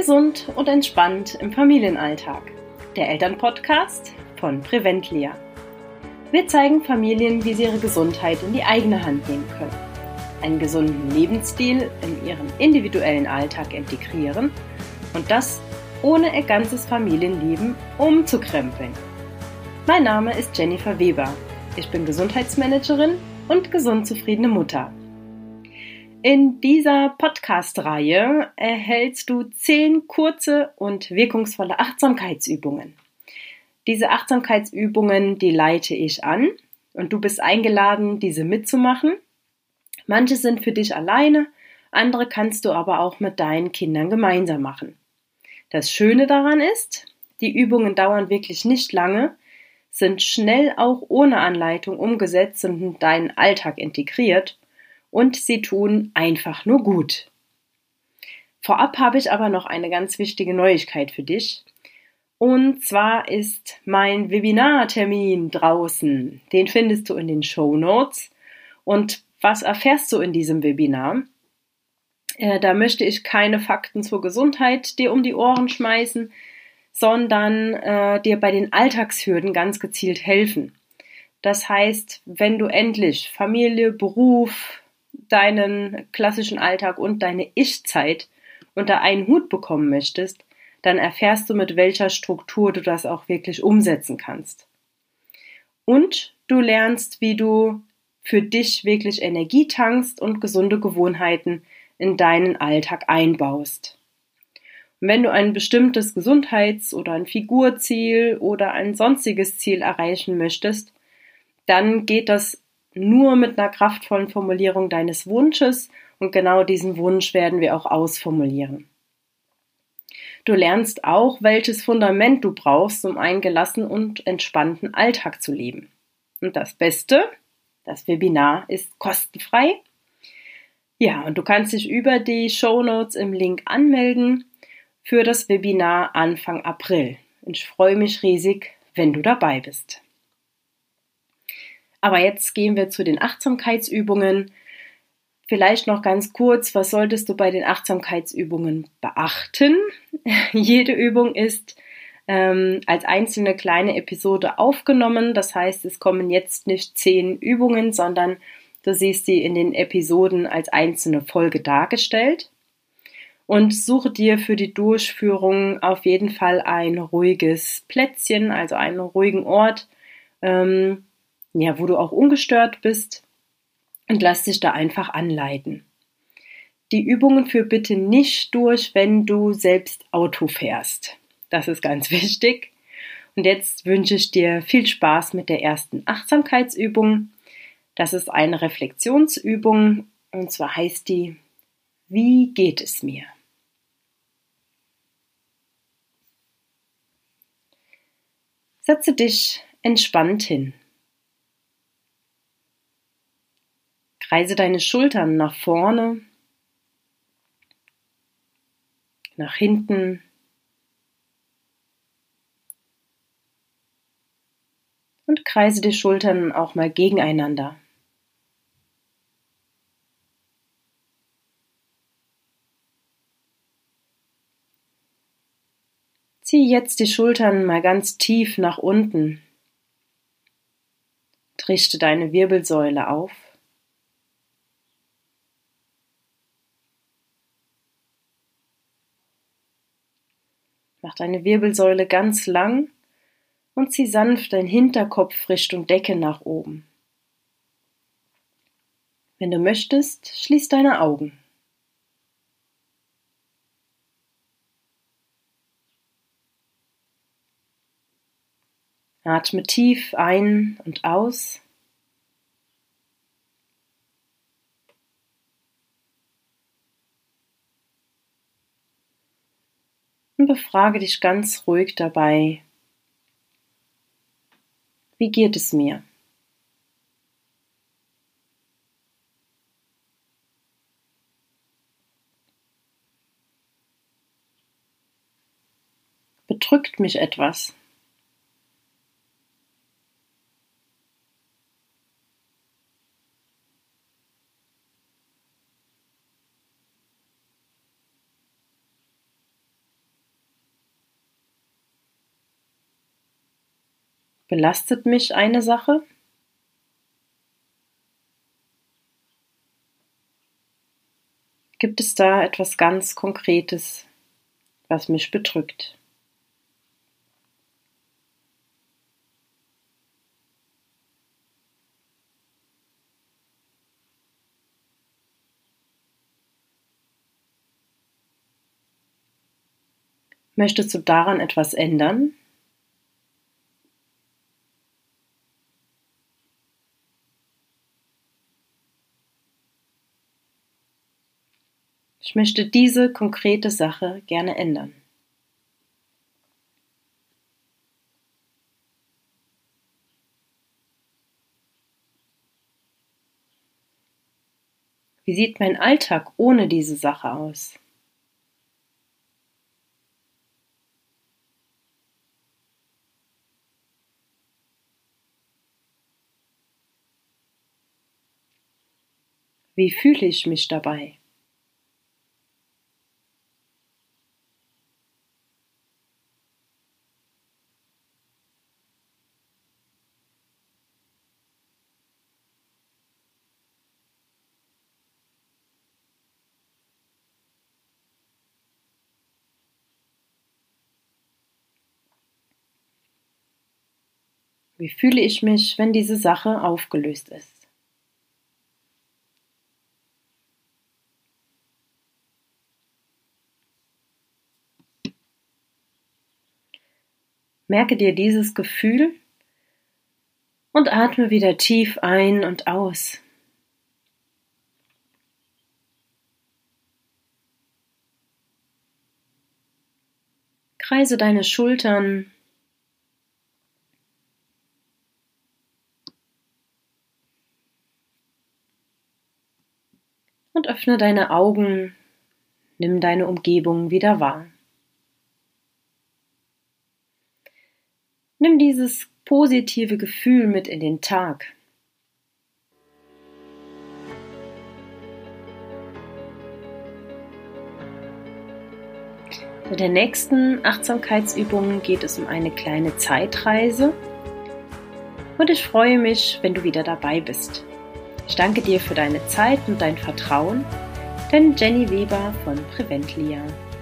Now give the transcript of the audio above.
Gesund und entspannt im Familienalltag. Der Elternpodcast von Preventlia. Wir zeigen Familien, wie sie ihre Gesundheit in die eigene Hand nehmen können, einen gesunden Lebensstil in ihren individuellen Alltag integrieren und das ohne ihr ganzes Familienleben umzukrempeln. Mein Name ist Jennifer Weber. Ich bin Gesundheitsmanagerin und gesund zufriedene Mutter. In dieser Podcast-Reihe erhältst du 10 kurze und wirkungsvolle Achtsamkeitsübungen. Diese Achtsamkeitsübungen, die leite ich an und du bist eingeladen, diese mitzumachen. Manche sind für dich alleine, andere kannst du aber auch mit deinen Kindern gemeinsam machen. Das Schöne daran ist, die Übungen dauern wirklich nicht lange, sind schnell auch ohne Anleitung umgesetzt und in deinen Alltag integriert. Und sie tun einfach nur gut. Vorab habe ich aber noch eine ganz wichtige Neuigkeit für dich. Und zwar ist mein Webinartermin draußen. Den findest du in den Shownotes. Und was erfährst du in diesem Webinar? Da möchte ich keine Fakten zur Gesundheit dir um die Ohren schmeißen, sondern dir bei den Alltagshürden ganz gezielt helfen. Das heißt, wenn du endlich Familie, Beruf, deinen klassischen Alltag und deine Ich-Zeit unter einen Hut bekommen möchtest, dann erfährst du, mit welcher Struktur du das auch wirklich umsetzen kannst. Und du lernst, wie du für dich wirklich Energie tankst und gesunde Gewohnheiten in deinen Alltag einbaust. Und wenn du ein bestimmtes Gesundheits- oder ein Figurziel oder ein sonstiges Ziel erreichen möchtest, dann geht das nur mit einer kraftvollen Formulierung deines Wunsches und genau diesen Wunsch werden wir auch ausformulieren. Du lernst auch, welches Fundament du brauchst, um einen gelassenen und entspannten Alltag zu leben. Und das Beste, das Webinar ist kostenfrei. Ja, und du kannst dich über die Shownotes im Link anmelden für das Webinar Anfang April. Und ich freue mich riesig, wenn du dabei bist. Aber jetzt gehen wir zu den Achtsamkeitsübungen. Vielleicht noch ganz kurz, was solltest du bei den Achtsamkeitsübungen beachten? Jede Übung ist als einzelne kleine Episode aufgenommen. Das heißt, es kommen jetzt nicht 10 Übungen, sondern du siehst sie in den Episoden als einzelne Folge dargestellt. Und suche dir für die Durchführung auf jeden Fall ein ruhiges Plätzchen, also einen ruhigen Ort, wo du auch ungestört bist und lass dich da einfach anleiten. Die Übungen führ bitte nicht durch, wenn du selbst Auto fährst. Das ist ganz wichtig. Und jetzt wünsche ich dir viel Spaß mit der ersten Achtsamkeitsübung. Das ist eine Reflexionsübung und zwar heißt die: Wie geht es mir? Setze dich entspannt hin. Kreise deine Schultern nach vorne, nach hinten und kreise die Schultern auch mal gegeneinander. Zieh jetzt die Schultern mal ganz tief nach unten. Richte deine Wirbelsäule auf. Mach deine Wirbelsäule ganz lang und zieh sanft deinen Hinterkopf Richtung Decke nach oben. Wenn du möchtest, schließ deine Augen. Atme tief ein und aus. Und befrage dich ganz ruhig dabei: Wie geht es mir? Bedrückt mich etwas? Belastet mich eine Sache? Gibt es da etwas ganz Konkretes, was mich bedrückt? Möchtest du daran etwas ändern? Ich möchte diese konkrete Sache gerne ändern. Wie sieht mein Alltag ohne diese Sache aus? Wie fühle ich mich dabei? Wie fühle ich mich, wenn diese Sache aufgelöst ist? Merke dir dieses Gefühl und atme wieder tief ein und aus. Kreise deine Schultern und öffne deine Augen. Nimm deine Umgebung wieder wahr. Nimm dieses positive Gefühl mit in den Tag. Bei der nächsten Achtsamkeitsübung geht es um eine kleine Zeitreise und ich freue mich, wenn du wieder dabei bist. Ich danke dir für deine Zeit und dein Vertrauen, deine Jenny Weber von Preventlia.